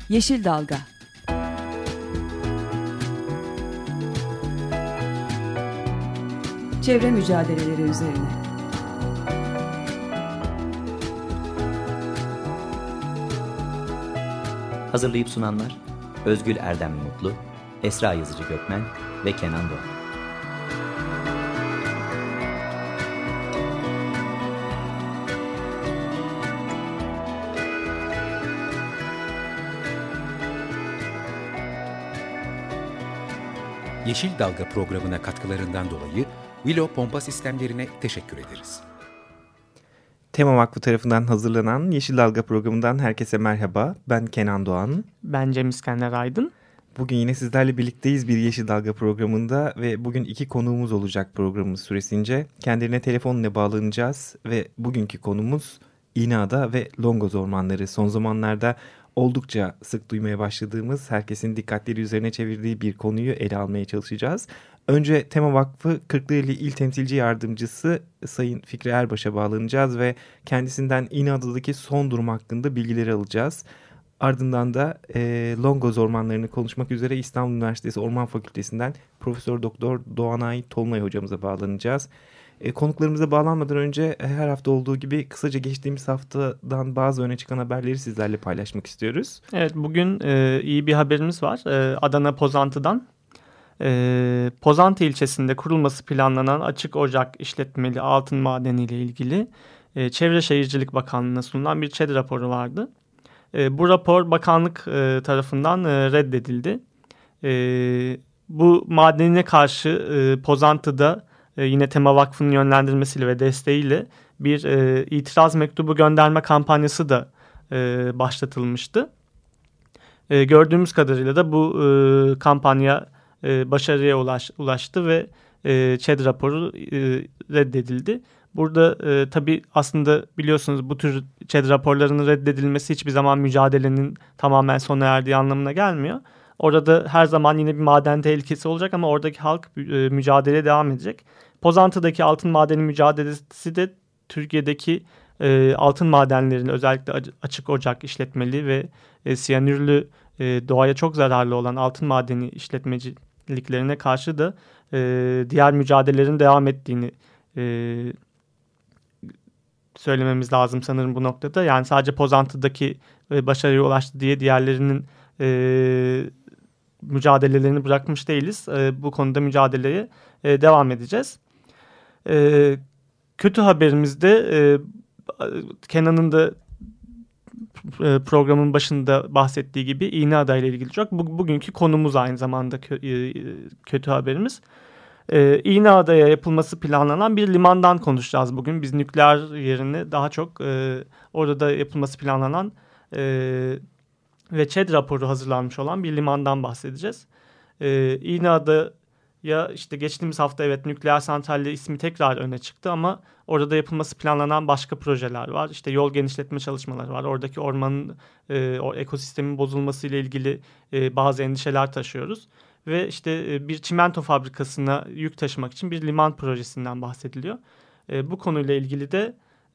Yeşil Dalga. Çevre mücadeleleri üzerine. Hazırlayıp sunanlar Özgül Erdem Mutlu, Esra Yazıcı Gökmen ve Kenan Doğan. Yeşil Dalga programına katkılarından dolayı Willow Pompa Sistemlerine teşekkür ederiz. Tema Vakfı tarafından hazırlanan Yeşil Dalga programından herkese merhaba. Ben Kenan Doğan. Ben Cem İskender Aydın. Bugün yine sizlerle birlikteyiz bir Yeşil Dalga programında ve bugün iki konuğumuz olacak programımız süresince. Kendilerine telefonla bağlanacağız ve bugünkü konumuz İğneada ve Longoz ormanları. Son zamanlarda oldukça sık duymaya başladığımız, herkesin dikkatleri üzerine çevirdiği bir konuyu ele almaya çalışacağız. Önce Tema Vakfı Kırklareli İl Temsilci Yardımcısı Sayın Fikri Erbaş'a bağlanacağız ve kendisinden İğneada'daki son durum hakkında bilgileri alacağız. Ardından da Longoz ormanlarını konuşmak üzere İstanbul Üniversitesi Orman Fakültesinden Profesör Doktor Doğanay Tolunay hocamıza bağlanacağız. Konuklarımıza bağlanmadan önce her hafta olduğu gibi kısaca geçtiğimiz haftadan bazı öne çıkan haberleri sizlerle paylaşmak istiyoruz. Evet, bugün iyi bir haberimiz var. Adana Pozantı'dan. Pozantı ilçesinde kurulması planlanan açık ocak işletmeli altın madeni ile ilgili Çevre Şehircilik Bakanlığı'na sunulan bir ÇED raporu vardı. Bu rapor bakanlık tarafından reddedildi. Bu madenine karşı Pozantı'da yine Tema Vakfı'nın yönlendirmesiyle ve desteğiyle bir itiraz mektubu gönderme kampanyası da başlatılmıştı. Gördüğümüz kadarıyla da bu kampanya başarıya ulaştı ve ÇED raporu reddedildi. Burada tabii aslında biliyorsunuz bu tür ÇED raporlarının reddedilmesi hiçbir zaman mücadelenin tamamen sona erdiği anlamına gelmiyor. Orada her zaman yine bir maden tehlikesi olacak ama oradaki halk mücadeleye devam edecek. Pozantı'daki altın madeni mücadelesi de Türkiye'deki altın madenlerinin özellikle açık ocak işletmeli ve siyanürlü doğaya çok zararlı olan altın madeni işletmeciliklerine karşı da diğer mücadelelerin devam ettiğini söylememiz lazım sanırım bu noktada. Yani sadece Pozantı'daki başarıya ulaştı diye diğerlerinin mücadelelerini bırakmış değiliz. Bu konuda mücadeleye devam edeceğiz. Kötü haberimiz de Kenan'ın da programın başında bahsettiği gibi İğneada ile ilgili çok. Bugünkü konumuz aynı zamanda kötü haberimiz. İğneada'ya yapılması planlanan bir limandan konuşacağız bugün. Biz nükleer yerine daha çok orada yapılması planlanan ve ÇED raporu hazırlanmış olan bir limandan bahsedeceğiz. İğneada'ya işte geçtiğimiz hafta evet nükleer santralle ismi tekrar öne çıktı ama orada yapılması planlanan başka projeler var. İşte yol genişletme çalışmaları var. Oradaki ormanın, o ekosistemin bozulması ile ilgili bazı endişeler taşıyoruz. Ve işte bir çimento fabrikasına yük taşımak için bir liman projesinden bahsediliyor. Bu konuyla ilgili de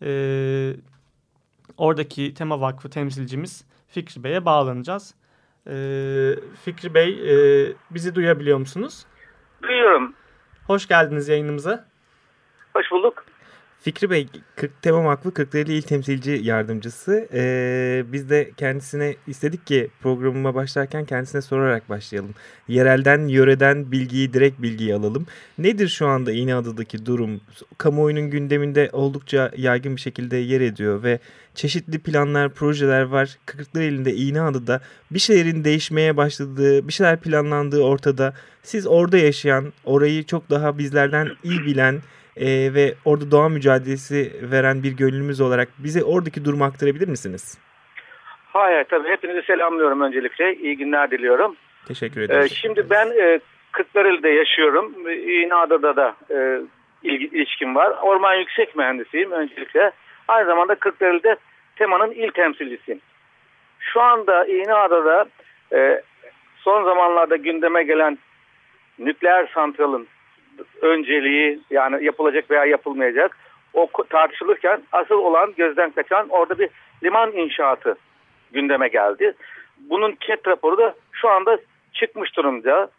oradaki Tema Vakfı temsilcimiz Fikri Bey'e bağlanacağız. Fikri Bey, bizi duyabiliyor musunuz? Duyuyorum. Hoş geldiniz yayınımıza. Hoş bulduk. Fikri Bey, Tema Vakfı Kırklareli İl Temsilci Yardımcısı. Biz de kendisine istedik ki programıma başlarken kendisine sorarak başlayalım. Yerelden, yöreden direkt bilgiyi alalım. Nedir şu anda İğneada'daki durum? Kamuoyunun gündeminde oldukça yaygın bir şekilde yer ediyor ve çeşitli planlar, projeler var. Kırklareli'nde, İğneada'da bir şeylerin değişmeye başladığı, bir şeyler planlandığı ortada. Siz orada yaşayan, orayı çok daha bizlerden iyi bilen ve orada doğa mücadelesi veren bir gönüllümüz olarak bize oradaki durumu aktarabilir misiniz? Hayır, tabii hepinizi selamlıyorum öncelikle. İyi günler diliyorum. Teşekkür ederim. Şimdi ben Kırklareli'de yaşıyorum. İğneada'da da ilişkim var. Orman yüksek mühendisiyim öncelikle. Aynı zamanda Kırklareli'de Tema'nın il temsilcisiyim. Şu anda İğneada'da son zamanlarda gündeme gelen nükleer santralın önceliği, yani yapılacak veya yapılmayacak, o tartışılırken asıl olan, gözden kaçan orada bir liman inşaatı gündeme geldi. bunun chat raporu da şu anda çıkmış durumda.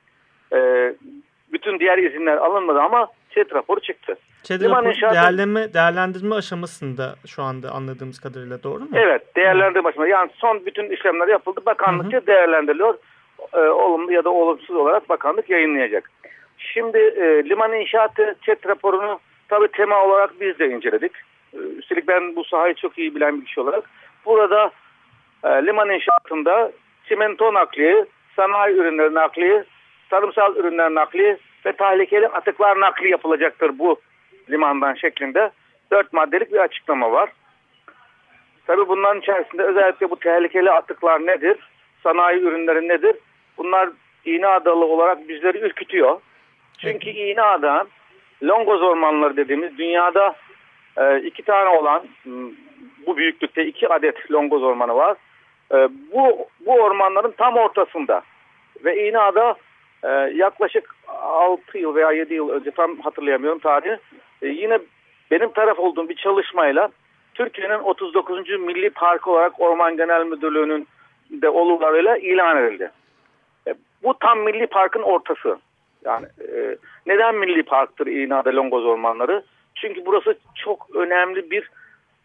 Bütün diğer izinler alınmadı ama chat raporu çıktı. Chat raporu değerlendirme aşamasında şu anda anladığımız kadarıyla, doğru mu? Evet, değerlendirme aşamasında. Yani son bütün işlemler yapıldı. Bakanlıkça değerlendiriliyor. Olumlu ya da olumsuz olarak bakanlık yayınlayacak. Şimdi liman inşaatı chat raporunu tabii tema olarak biz de inceledik. Üstelik ben bu sahayı çok iyi bilen bir kişi olarak. Burada liman inşaatında çimento nakli, sanayi ürünleri nakli, tarımsal ürünler nakli ve tehlikeli atıklar nakli yapılacaktır bu limandan şeklinde 4 maddelik bir açıklama var. Tabii bunların içerisinde özellikle bu tehlikeli atıklar nedir? Sanayi ürünleri nedir? Bunlar İğneadalı olarak bizleri ürkütüyor. Çünkü İğneada, Longoz ormanları dediğimiz dünyada 2 tane olan, bu büyüklükte 2 adet Longoz ormanı var. Bu ormanların tam ortasında ve İğneada yaklaşık 6 yıl veya 7 yıl önce, tam hatırlayamıyorum tarihi, yine benim taraf olduğum bir çalışmayla Türkiye'nin 39. Milli Parkı olarak Orman Genel Müdürlüğü'nün de olurlarıyla ilan edildi. Bu tam Milli Park'ın ortası. Yani neden Milli Park'tır İğneada Longoz ormanları? Çünkü burası çok önemli bir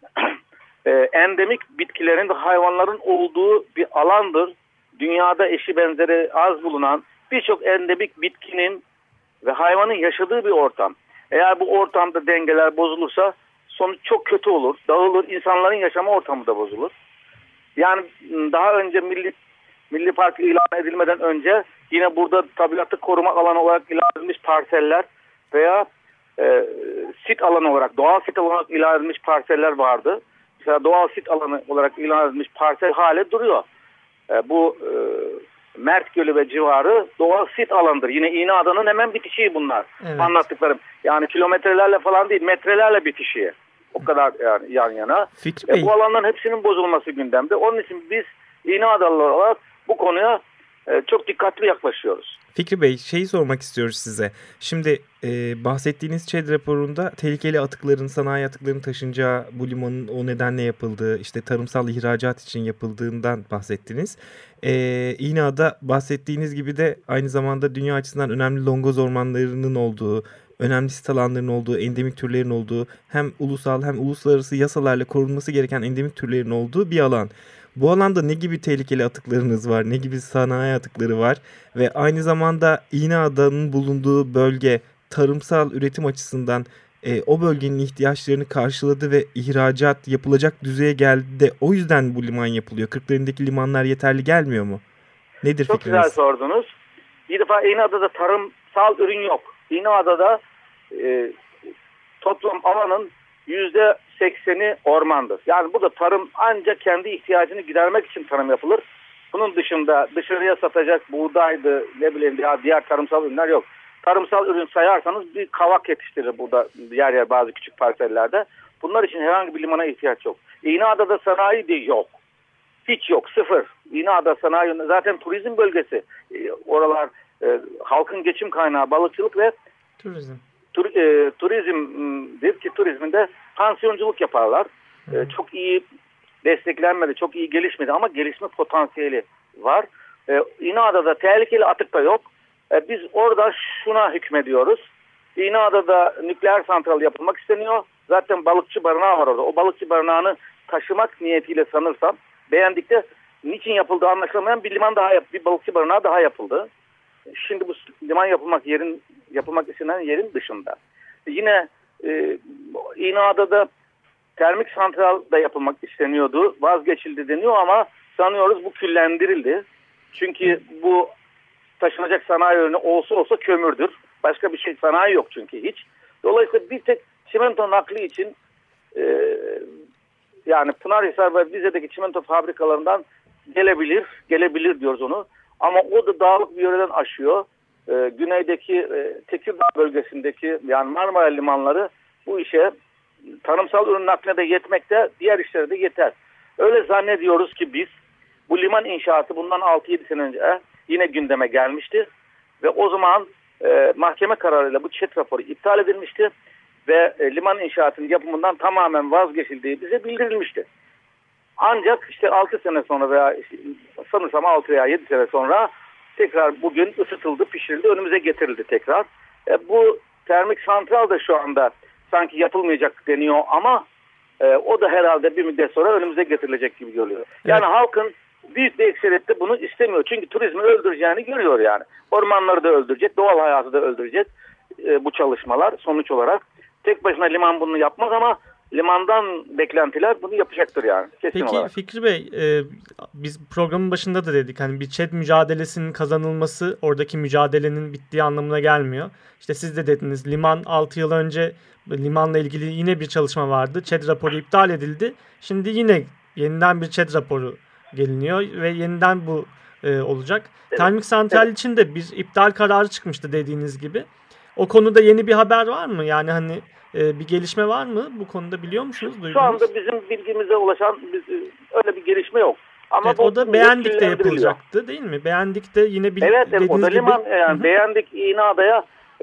endemik bitkilerin ve hayvanların olduğu bir alandır. Dünyada eşi benzeri az bulunan birçok endemik bitkinin ve hayvanın yaşadığı bir ortam. Eğer bu ortamda dengeler bozulursa sonuç çok kötü olur, dağılır, insanların yaşama ortamı da bozulur. Yani daha önce Milli Park ilan edilmeden önce yine burada tabiatı koruma alanı olarak ilan edilmiş parseller veya sit alanı olarak, doğal sit alanı olarak ilan edilmiş parseller vardı. Mesela doğal sit alanı olarak ilan edilmiş parsel hale duruyor. Bu Mert Gölü ve civarı doğal sit alanıdır. Yine İğneada'nın hemen bitişiği bunlar. Evet. Anlattıklarım. Yani kilometrelerle falan değil, metrelerle bitişiği. O kadar yani yan yana. Bu alanların hepsinin bozulması gündemde. Onun için biz İğneadalılar olarak bu konuya çok dikkatli yaklaşıyoruz. Fikri Bey, şeyi sormak istiyoruz size. Şimdi bahsettiğiniz ÇED raporunda tehlikeli atıkların, sanayi atıklarının taşınacağı bu limanın o nedenle yapıldığı, işte tarımsal ihracat için yapıldığından bahsettiniz. İğneada bahsettiğiniz gibi de aynı zamanda dünya açısından önemli longoz ormanlarının olduğu, önemli sit alanlarının olduğu, endemik türlerin olduğu, hem ulusal hem uluslararası yasalarla korunması gereken endemik türlerin olduğu bir alan. Bu alanda ne gibi tehlikeli atıklarınız var, ne gibi sanayi atıkları var ve aynı zamanda İğneada'nın bulunduğu bölge tarımsal üretim açısından o bölgenin ihtiyaçlarını karşıladı ve ihracat yapılacak düzeye geldi de o yüzden bu liman yapılıyor. Kırklareli'ndeki limanlar yeterli gelmiyor mu? Nedir çok fikriniz? Çok güzel sordunuz. Bir defa İğneada'da tarımsal ürün yok. İğneada'da toplam alanın %80'i ormandır. Yani burada tarım ancak kendi ihtiyacını gidermek için tarım yapılır. Bunun dışında dışarıya satacak buğdaydı, ne bileyim ya diğer tarımsal ürünler yok. Tarımsal ürün sayarsanız bir kavak yetiştirir burada yer yer bazı küçük parsellerde. Bunlar için herhangi bir limana ihtiyaç yok. İğneada'da sanayi de yok. Hiç yok, sıfır. İğneada sanayi zaten turizm bölgesi. Oralar halkın geçim kaynağı balıkçılık ve turizmdir ki turizminde pansiyonculuk yaparlar. Çok iyi desteklenmedi, çok iyi gelişmedi ama gelişme potansiyeli var. İğneada'da tehlikeli atık da yok. Biz orada şuna hükmediyoruz. İğneada'da nükleer santral yapılmak isteniyor. Zaten balıkçı barınağı var orada. O balıkçı barınağını taşımak niyetiyle sanırsam beğendik de niçin yapıldığı anlaşılmayan bir liman daha bir balıkçı barınağı daha yapıldı. Şimdi bu liman yapılmak istenen yerin dışında. Yine İğneada'da termik santral da yapılmak isteniyordu. Vazgeçildi deniyor ama sanıyoruz bu küllendirildi. Çünkü bu taşınacak sanayi ürünü olsa kömürdür. Başka bir şey sanayi yok çünkü hiç. Dolayısıyla bir tek çimento nakli için yani Pınarhisar ve Rize'deki çimento fabrikalarından gelebilir diyoruz onu. Ama o da dağlık bir yöreden aşıyor. Güneydeki Tekirdağ bölgesindeki yani Marmara limanları bu işe tarımsal ürün nakline de yetmekte, diğer işlere de yeter. Öyle zannediyoruz ki biz bu liman inşaatı bundan 6-7 sene önce yine gündeme gelmişti. Ve o zaman mahkeme kararıyla bu ÇED raporu iptal edilmişti. Ve liman inşaatının yapımından tamamen vazgeçildiği bize bildirilmişti. Ancak işte 6 sene sonra veya sanırsam 6 veya 7 sene sonra tekrar bugün ısıtıldı, pişirildi, önümüze getirildi tekrar. Bu termik santral da şu anda sanki yapılmayacak deniyor ama o da herhalde bir müddet sonra önümüze getirilecek gibi görülüyor. Yani halkın büyük bir ekseriyette bunu istemiyor. Çünkü turizmi öldüreceğini görüyor yani. Ormanları da öldürecek, doğal hayatı da öldürecek bu çalışmalar sonuç olarak. Tek başına liman bunu yapmaz ama limandan beklentiler bunu yapacaktır yani. Kesin Peki olarak. Fikri Bey, biz programın başında da dedik hani bir ÇED mücadelesinin kazanılması oradaki mücadelenin bittiği anlamına gelmiyor. İşte siz de dediniz, liman 6 yıl önce limanla ilgili yine bir çalışma vardı. ÇED raporu iptal edildi. Şimdi yine yeniden bir ÇED raporu geliniyor ve yeniden bu olacak. Evet. Termik santral için de bir iptal kararı çıkmıştı dediğiniz gibi. O konuda yeni bir haber var mı? Yani hani bir gelişme var mı? Bu konuda biliyor musunuz? Duydunuz? Şu anda bizim bilgimize ulaşan öyle bir gelişme yok. Ama evet, o da Beğendik'te yapılacaktı değil mi? Beğendik'te yine bir evet, o da liman gibi... yani Beğendik İğneada'ya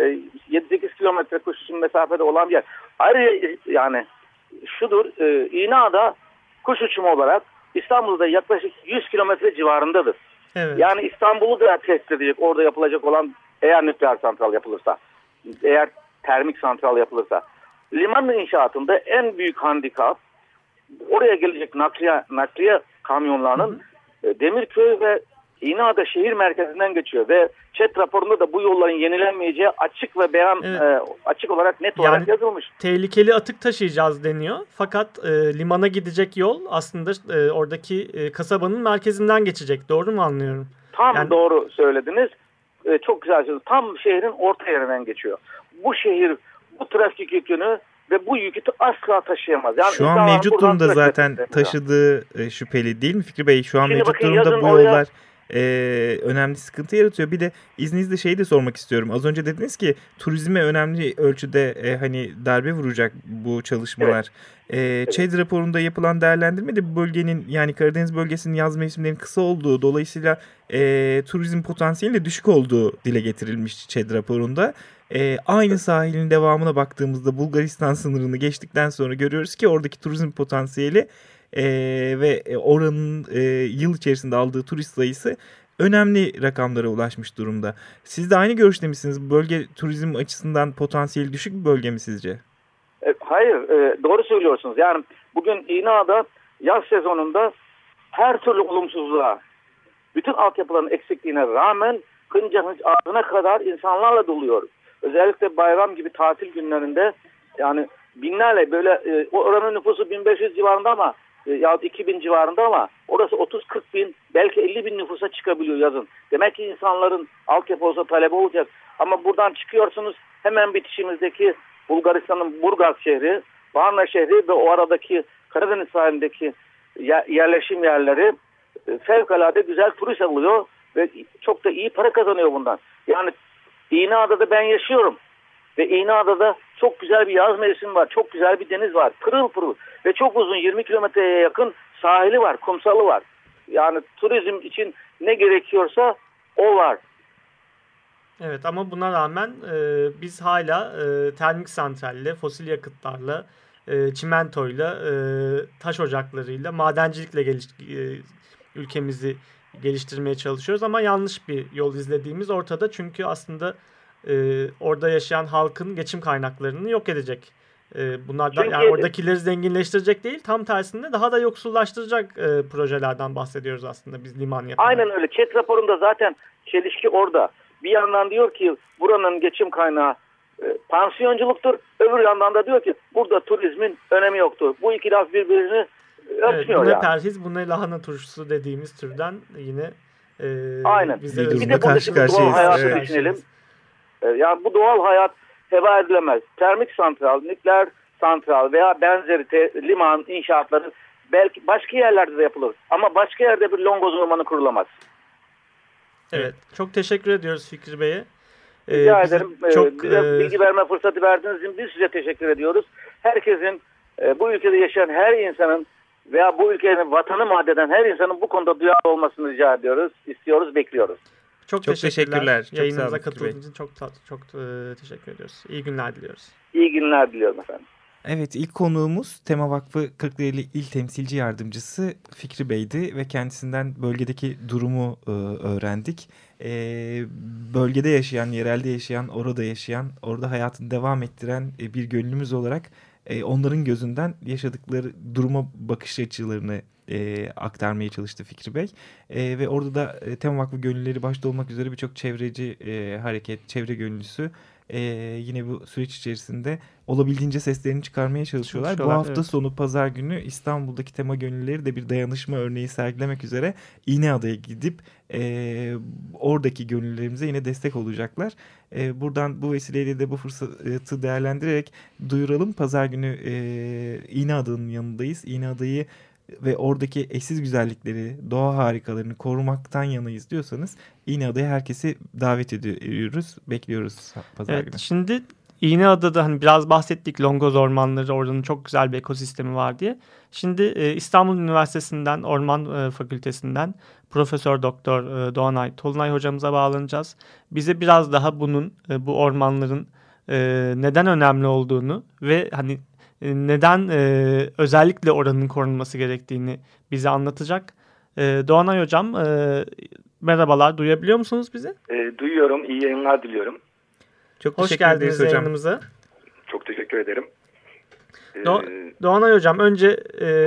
7-8 kilometre kuş uçuşu mesafede olan bir yer. Ayrıca yani şudur, İğneada kuş uçumu olarak İstanbul'da yaklaşık 100 kilometre civarındadır. Evet. Yani İstanbul'u da test edecek orada yapılacak olan, eğer nükleer santral yapılırsa, eğer termik santral yapılırsa. Liman inşaatında en büyük handikap oraya gelecek nakliye kamyonlarının Demirköy ve İğneada şehir merkezinden geçiyor ve ÇED raporunda da bu yolların yenilenmeyeceği açık ve açık olarak net olarak yazılmış. Tehlikeli atık taşıyacağız deniyor. Fakat limana gidecek yol aslında oradaki kasabanın merkezinden geçecek. Doğru mu anlıyorum? Tam doğru söylediniz. Çok güzel söylediniz. Tam şehrin orta yerinden geçiyor. Bu şehir bu trafik yükünü ve bu yükü asla taşıyamaz. Yani şu an mevcut durumda zaten taşıdığı şüpheli değil mi Fikri Bey? Şu an şimdi mevcut durumda bu yollar önemli sıkıntı yaratıyor. Bir de izninizle şeyi de sormak istiyorum. Az önce dediniz ki turizme önemli ölçüde hani darbe vuracak bu çalışmalar. Evet. ÇED raporunda yapılan değerlendirme de bu bölgenin, yani Karadeniz bölgesinin yaz mevsimlerinin kısa olduğu, dolayısıyla turizm potansiyelinin düşük olduğu dile getirilmiş ÇED raporunda. Aynı sahilin devamına baktığımızda Bulgaristan sınırını geçtikten sonra görüyoruz ki oradaki turizm potansiyeli ve oranın yıl içerisinde aldığı turist sayısı önemli rakamlara ulaşmış durumda. Siz de aynı görüşte misiniz? Bölge turizm açısından potansiyeli düşük bir bölge mi sizce? Hayır, doğru söylüyorsunuz. Yani bugün İğneada yaz sezonunda her türlü olumsuzluğa, bütün altyapıların eksikliğine rağmen Kınca ağzına kadar insanlarla doluyor. Özellikle bayram gibi tatil günlerinde yani binlerle böyle oranın nüfusu 1500 civarında ama yahut 2000 civarında ama orası 30-40 bin belki 50 bin nüfusa çıkabiliyor yazın. Demek ki insanların altyapı olsa talebi olacak. Ama buradan çıkıyorsunuz hemen bitişimizdeki Bulgaristan'ın Burgaz şehri, Varna şehri ve o aradaki Karadeniz sahilindeki yerleşim yerleri fevkalade güzel turist alıyor ve çok da iyi para kazanıyor bundan. Yani İğneada'da ben yaşıyorum ve İğneada'da çok güzel bir yaz mevsimi var, çok güzel bir deniz var, pırıl pırıl ve çok uzun 20 kilometreye yakın sahili var, kumsalı var. Yani turizm için ne gerekiyorsa o var. Evet, ama buna rağmen biz hala termik santralle, fosil yakıtlarla, çimentoyla, taş ocaklarıyla, madencilikle ülkemizi geliştirmeye çalışıyoruz ama yanlış bir yol izlediğimiz ortada. Çünkü aslında orada yaşayan halkın geçim kaynaklarını yok edecek. Bunlar da yani oradakileri zenginleştirecek değil, tam tersinde daha da yoksullaştıracak projelerden bahsediyoruz aslında biz liman yaparak. Aynen öyle. ÇED raporunda zaten çelişki orada. Bir yandan diyor ki buranın geçim kaynağı pansiyonculuktur. Öbür yandan da diyor ki burada turizmin önemi yoktur. Bu iki laf birbirini örtmüyor. Bu ne yani. perhiz, bu ne lahana turşusu dediğimiz türden yine aynen. Bize bir de buradaki doğal hayatı düşünelim. Yani bu doğal hayat heba edilemez. Termik santral, nükleer santral veya benzeri liman inşaatları belki başka yerlerde de yapılır. Ama başka yerde bir longoz ormanı kurulamaz. Evet. Çok teşekkür ediyoruz Fikri Bey'e. Rica ederim. Bize bilgi verme fırsatı verdiğiniz için biz size teşekkür ediyoruz. Herkesin, bu ülkede yaşayan her insanın veya bu ülkenin vatanı maddeden her insanın bu konuda duyarlı olmasını rica ediyoruz, istiyoruz, bekliyoruz. Çok teşekkürler. Yayınımıza katıldığınız için çok teşekkür ediyoruz. İyi günler diliyoruz. İyi günler diliyorum efendim. Evet, ilk konuğumuz Tema Vakfı Kırklareli İl Temsilci Yardımcısı Fikri Bey'di ve kendisinden bölgedeki durumu öğrendik. Bölgede yaşayan, yerelde yaşayan, orada yaşayan, orada hayatını devam ettiren bir gönüllümüz olarak onların gözünden yaşadıkları duruma bakış açılarını aktarmaya çalıştı Fikri Bey. Ve orada da Tema Vakfı gönüllüleri başta olmak üzere birçok çevreci hareket, çevre gönüllüsü yine bu süreç içerisinde olabildiğince seslerini çıkarmaya çalışıyorlar. Bu hafta sonu pazar günü İstanbul'daki Tema gönüllüleri de bir dayanışma örneği sergilemek üzere İğneada'ya gidip oradaki gönüllülerimize yine destek olacaklar. Buradan bu vesileyle de bu fırsatı değerlendirerek duyuralım. Pazar günü İğneada'nın yanındayız. İğneada'yı ve oradaki eşsiz güzellikleri, doğa harikalarını korumaktan yanayız diyorsanız İğneada'ya herkesi davet ediyoruz. Bekliyoruz pazar günü. Şimdi İğneada'da hani biraz bahsettik, Longoz ormanları, oranın çok güzel bir ekosistemi var diye. Şimdi İstanbul Üniversitesi'nden Orman Fakültesinden Profesör Doktor Doğanay Tolunay hocamıza bağlanacağız. Bize biraz daha bu ormanların neden önemli olduğunu ve hani neden özellikle oranın korunması gerektiğini bize anlatacak. Doğanay hocam, merhabalar, duyabiliyor musunuz bizi? Duyuyorum, iyi yayınlar diliyorum. Çok hoş geldiniz yayınımıza. Çok teşekkür ederim. Doğanay hocam, önce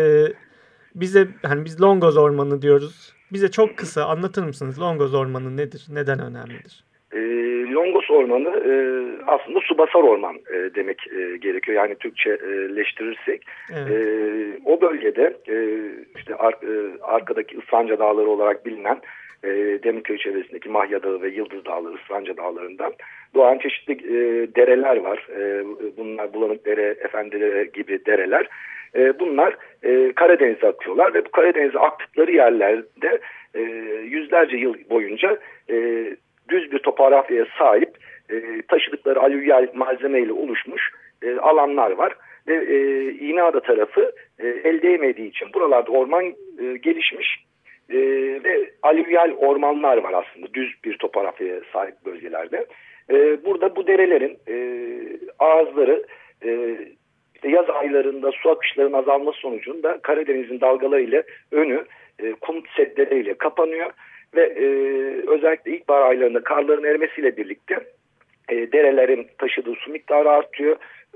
bize, hani biz Longoz Ormanı diyoruz. Bize çok kısa anlatır mısınız? Longoz Ormanı nedir? Neden önemlidir? Longoz Ormanı aslında subasar orman demek gerekiyor. Yani Türkçeleştirirsek. Evet. O bölgede işte arkadaki Islanca Dağları olarak bilinen Demirköy çevresindeki Mahya Dağı ve Yıldız Dağları, Islanca Dağları'ndan doğan çeşitli dereler var. Bunlar Bulanık Dere, Efendidere gibi dereler. Bunlar Karadeniz'e akıyorlar ve bu Karadeniz'e aktıkları yerlerde yüzlerce yıl boyunca düz bir topografyaya sahip taşıdıkları alüvyal malzemeyle oluşmuş alanlar var. Ve İğneada tarafı el değmediği için buralarda orman gelişmiş ve alüvyal ormanlar var aslında düz bir topografyaya sahip bölgelerde. Burada bu derelerin ağızları işte yaz aylarında su akışlarının azalması sonucunda Karadeniz'in dalgalarıyla önü kum seddeleriyle kapanıyor. Ve özellikle ilkbahar aylarında karların erimesiyle birlikte derelerin taşıdığı su miktarı artıyor.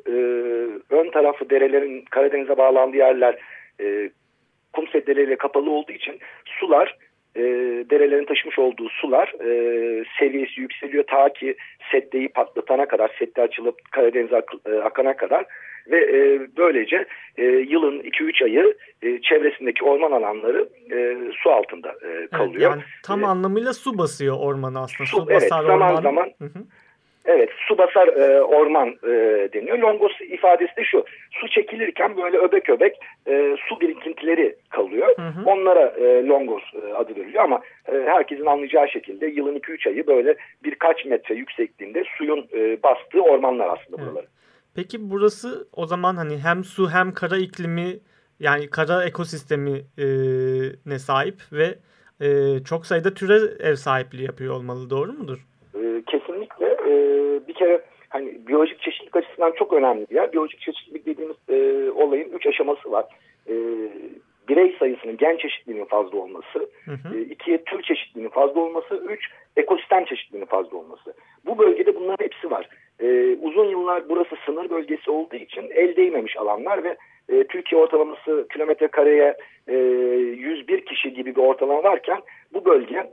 Ön tarafı derelerin Karadeniz'e bağlandığı yerler kum seddeleriyle kapalı olduğu için sular, derelerin taşımış olduğu sular seviyesi yükseliyor ta ki seddeyi patlatana kadar, sedde açılıp Karadeniz'e akana kadar. Ve böylece yılın 2-3 ayı çevresindeki orman alanları su altında kalıyor. Evet, yani tam anlamıyla su basıyor ormanı aslında. Su evet, basar zaman orman. zaman. Evet, su basar orman deniyor. Longos ifadesi de şu: su çekilirken böyle öbek öbek su birikintileri kalıyor. Onlara longos adı veriliyor ama herkesin anlayacağı şekilde yılın 2-3 ayı böyle birkaç metre yüksekliğinde suyun bastığı ormanlar aslında buraları. Peki burası o zaman hani hem su hem kara iklimi, yani kara ekosistemi ne sahip ve çok sayıda türe ev sahipliği yapıyor olmalı, doğru mudur? Kesinlikle. Bir kere hani biyolojik çeşitlilik açısından çok önemli bir yer. Biyolojik çeşitlilik dediğimiz olayın 3 aşaması var. Birey sayısının, gen çeşitliliğinin fazla olması, 2 tür çeşitliliğinin fazla olması, 3 ekosistem çeşitliliğinin fazla olması. Bu bölgede bunların hepsi var. Uzun yıllar burası sınır bölgesi olduğu için el değmemiş alanlar ve Türkiye ortalaması kilometre kareye 101 kişi gibi bir ortalama varken bu bölge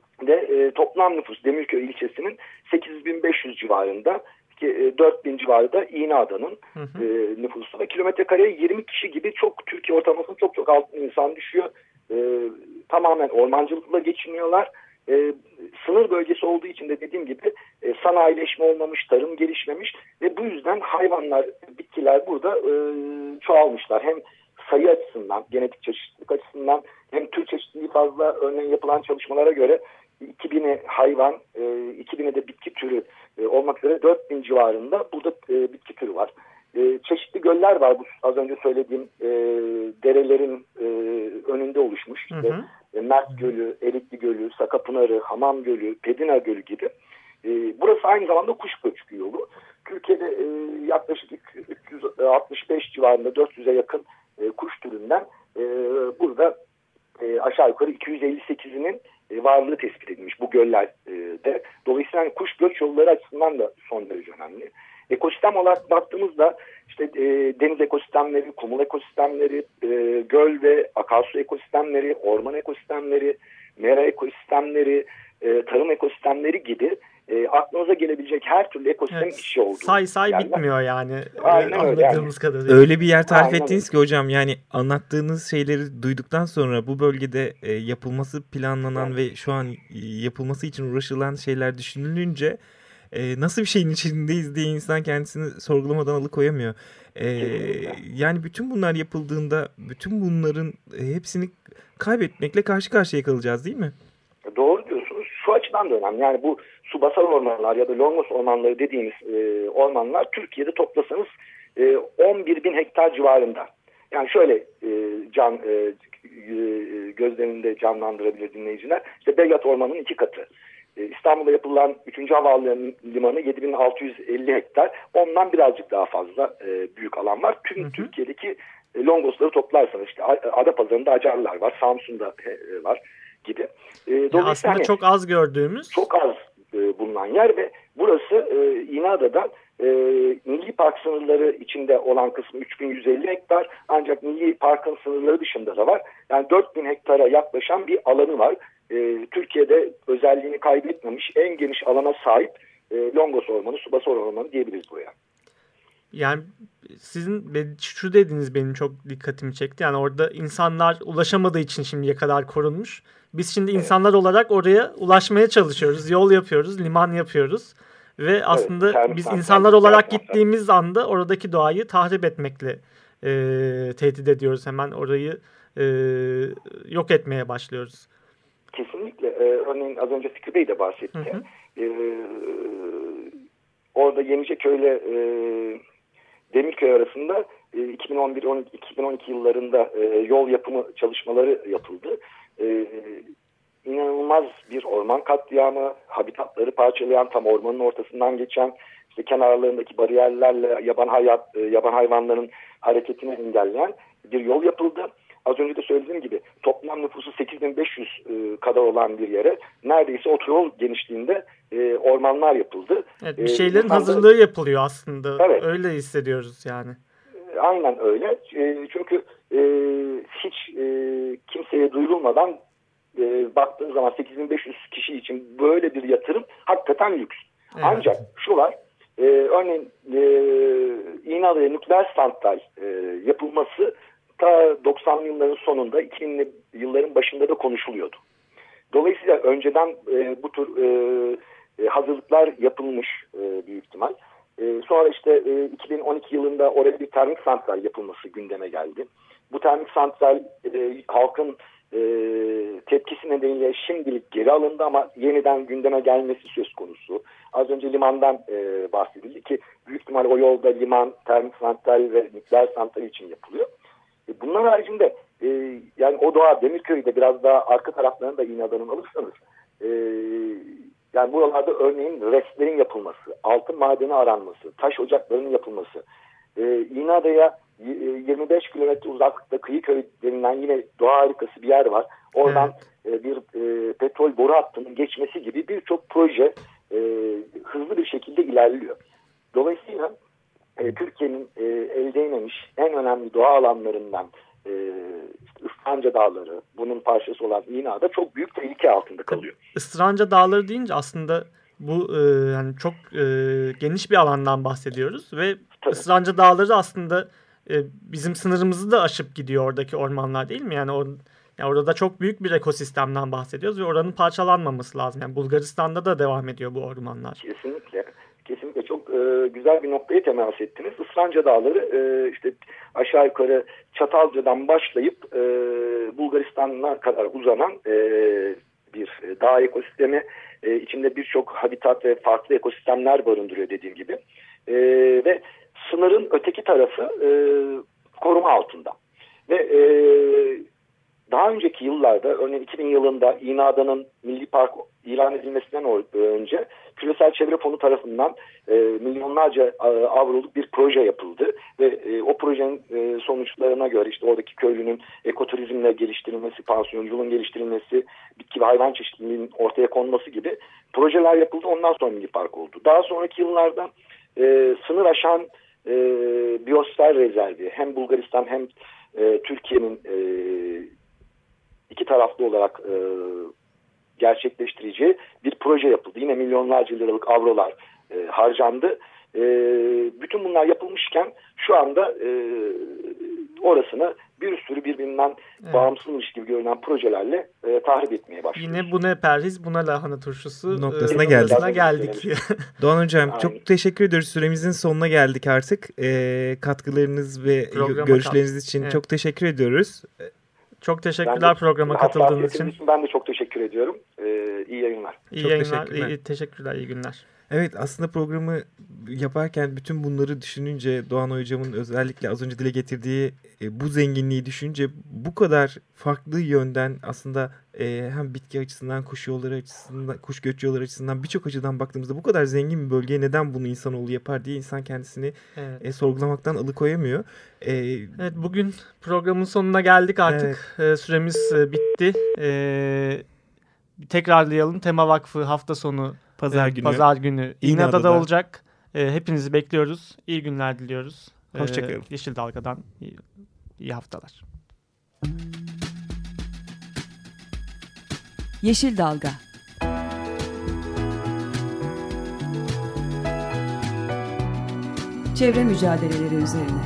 de toplam nüfus Demirköy ilçesinin 8.500 civarında, 4.000 civarı da İğneada'nın nüfusu ve kilometre kareye 20 kişi gibi çok Türkiye ortalamasının çok altında insan düşüyor. Tamamen ormancılıkla geçiniyorlar. Sınır bölgesi olduğu için de dediğim gibi sanayileşme olmamış, tarım gelişmemiş ve bu yüzden hayvanlar, bitkiler burada çoğalmışlar. Hem sayı açısından, genetik çeşitlilik açısından hem tür çeşitliliği fazla. Örneğin yapılan çalışmalara göre 2000'e hayvan, 2000'e de bitki türü olmak üzere 4000 civarında burada bitki türü var. Çeşitli göller var, bu az önce söylediğim derelerin önünde oluşmuş. İşte Mert Gölü, Erikli Gölü, Sakapınarı, Hamam Gölü, Pedina Gölü gibi. Burası aynı zamanda kuş göçkü yolu. Türkiye'de yaklaşık 365 civarında 400'e yakın kuş türünden burada aşağı yukarı 258'inin varlığı tespit edilmiş bu göllerde. Dolayısıyla kuş göç yolları açısından da son derece önemli. Ekosistem olarak baktığımızda işte deniz ekosistemleri, kumul ekosistemleri, göl ve akarsu ekosistemleri, orman ekosistemleri, mera ekosistemleri, tarım ekosistemleri gibi aklınıza gelebilecek her türlü ekosistem işi olduğu. Say bitmiyor yani. Anladığımız kadarıyla. Öyle bir yer tarif ettiniz ki hocam, yani anlattığınız şeyleri duyduktan sonra bu bölgede yapılması planlanan ve şu an yapılması için uğraşılan şeyler düşünülünce nasıl bir şeyin içindeyiz diye insan kendisini sorgulamadan alıkoyamıyor. Yani bütün bunlar yapıldığında bütün bunların hepsini kaybetmekle karşı karşıya kalacağız, değil mi? Doğru diyorsunuz. Şu açıdan da önemli. Yani bu subasal ormanlar ya da Longos ormanları dediğimiz ormanlar Türkiye'de toplasanız 11.000 hektar civarında. Yani şöyle gözlerinde canlandırabilir dinleyiciler. İşte Belgrad Ormanı'nın 2 katı. İstanbul'da yapılan 3. Havalimanı 7.650 hektar. Ondan birazcık daha fazla büyük alan var. Tüm Türkiye'deki Longos'ları toplarsanız işte Adapazarı'nda Acarlar var, Samsun'da var gibi. Aslında hani, çok az gördüğümüz. Çok az bulunan yer ve burası İnada'dan Milli Park sınırları içinde olan kısmı 3.150 hektar, ancak Milli Park'ın sınırları dışında da var. Yani 4.000 hektara yaklaşan bir alanı var. Türkiye'de özelliğini kaybetmemiş en geniş alana sahip Longos Ormanı, Subasar Ormanı diyebiliriz buraya. Yani sizin şu dediğiniz benim çok dikkatimi çekti. Yani orada insanlar ulaşamadığı için şimdiye kadar korunmuş. Biz şimdi insanlar olarak oraya ulaşmaya çalışıyoruz. Yol yapıyoruz, liman yapıyoruz. Ve aslında biz insanlar olarak gittiğimiz anda oradaki doğayı tahrip etmekle tehdit ediyoruz. Hemen orayı yok etmeye başlıyoruz. Kesinlikle. Örneğin az önce Fikri Bey de bahsetti. Orada Yeniceköy ile Demirköy arasında 2011-2012 yıllarında yol yapımı çalışmaları yapıldı. İnanılmaz bir orman katliamı, habitatları parçalayan, tam ormanın ortasından geçen, işte kenarlarındaki bariyerlerle yaban hayvanların hareketini engelleyen bir yol yapıldı. Az önce de söylediğim gibi toplam nüfusu 8.500 kadar olan bir yere neredeyse otoyol genişliğinde ormanlar yapıldı. Evet, bir şeylerin hazırlığı yapılıyor aslında. Evet. Öyle hissediyoruz yani. Aynen öyle. Çünkü hiç kimseye duyurulmadan baktığınız zaman 8.500 kişi için böyle bir yatırım hakikaten lüks. Evet. Ancak şu var. Örneğin İnada'ya nükleer santral yapılması ta 90'lı yılların sonunda 2000'li yılların başında da konuşuluyordu. Dolayısıyla önceden bu tür hazırlıklar yapılmış büyük ihtimal. Sonra işte 2012 yılında oraya bir termik santral yapılması gündeme geldi. Bu termik santral halkın tepkisi nedeniyle şimdilik geri alındı ama yeniden gündeme gelmesi söz konusu. Az önce limandan bahsedildi ki büyük ihtimal o yolda liman, termik santral ve nükleer santral için yapılıyor. Bunlar haricinde yani o doğa Demirköy'de biraz daha arka taraflarını da İnada'nın alırsanız yani buralarda örneğin restlerin yapılması, altın madeni aranması, taş ocaklarının yapılması, İnada'ya 25 kilometre uzaklıkta Kıyıköy denilen yine doğa harikası bir yer var. Oradan bir petrol boru hattının geçmesi gibi birçok proje hızlı bir şekilde ilerliyor. Dolayısıyla Türkiye'nin el değmemiş en önemli doğa alanlarından Istranca Dağları, bunun parçası olan İnada çok büyük tehlike altında kalıyor. Istranca Dağları deyince aslında bu yani çok geniş bir alandan bahsediyoruz ve tabii. Istranca Dağları aslında bizim sınırımızı da aşıp gidiyor oradaki ormanlar, değil mi? Yani orada da çok büyük bir ekosistemden bahsediyoruz ve oranın parçalanmaması lazım. Yani Bulgaristan'da da devam ediyor bu ormanlar. Kesinlikle. Kesinlikle çok güzel bir noktaya temas ettiniz. Istranca Dağları işte aşağı yukarı Çatalca'dan başlayıp Bulgaristan'a kadar uzanan bir dağ ekosistemi. İçinde birçok habitat ve farklı ekosistemler barındırıyor dediğim gibi. Ve sınırın öteki tarafı koruma altında. Ve daha önceki yıllarda, örneğin 2000 yılında İna'danın Milli Park ilan edilmesinden önce Küresel Çevre Fonu tarafından milyonlarca avroluk bir proje yapıldı ve o projenin sonuçlarına göre işte oradaki köylünün ekoturizmle geliştirilmesi, pansiyonculuk geliştirilmesi, bitki ve hayvan çeşitliliğinin ortaya konması gibi projeler yapıldı. Ondan sonra Milli Park oldu. Daha sonraki yıllarda sınır aşan biyosfer rezervi hem Bulgaristan hem Türkiye'nin iki taraflı olarak gerçekleştireceği bir proje yapıldı. Yine milyonlarca liralık avrolar harcandı. Bütün bunlar yapılmışken şu anda orasını bir sürü birbirinden bağımsızmış gibi görünen projelerle tahrip etmeye başlıyoruz. Yine bu ne perhiz, buna lahana turşusu noktasına geldik. Doğan Hocam çok teşekkür ediyoruz. Süremizin sonuna geldik artık. Katkılarınız ve görüşleriniz için çok teşekkür ediyoruz. Çok teşekkürler programa katıldığınız için. Ben de çok teşekkür ediyorum. İyi yayınlar. İyi yayınlar. Teşekkürler. İyi günler. Evet, aslında programı yaparken bütün bunları düşününce, Doğan Hocam'ın özellikle az önce dile getirdiği bu zenginliği düşününce bu kadar farklı yönden aslında hem bitki açısından, kuş yolları açısından, kuş göç yolları açısından birçok açıdan baktığımızda bu kadar zengin bir bölgeye neden bunu insanoğlu yapar diye insan kendisini sorgulamaktan alıkoyamıyor. Evet, bugün programın sonuna geldik artık. Evet. Süremiz bitti. Tekrarlayalım. Tema Vakfı hafta sonu Pazar günü İna'da olacak. Hepinizi bekliyoruz. İyi günler diliyoruz. Hoşçakalın. Yeşil Dalga'dan iyi haftalar. Yeşil Dalga. Çevre mücadeleleri üzerine.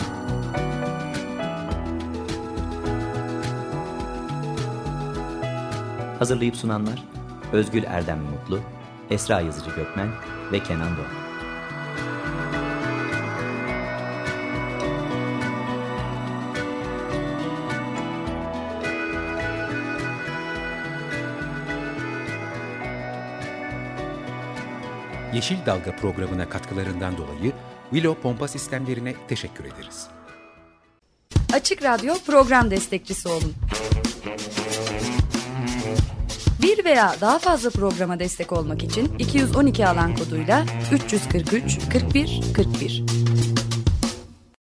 Hazırlayıp sunanlar Özgül Erdem Mutlu, Esra Yazıcı Gökmen ve Kenan Doğan. Yeşil Dalga programına katkılarından dolayı Willow Pompa Sistemlerine teşekkür ederiz. Açık Radyo program destekçisi olun. Bir veya daha fazla programa destek olmak için 212 alan koduyla 343 41 41.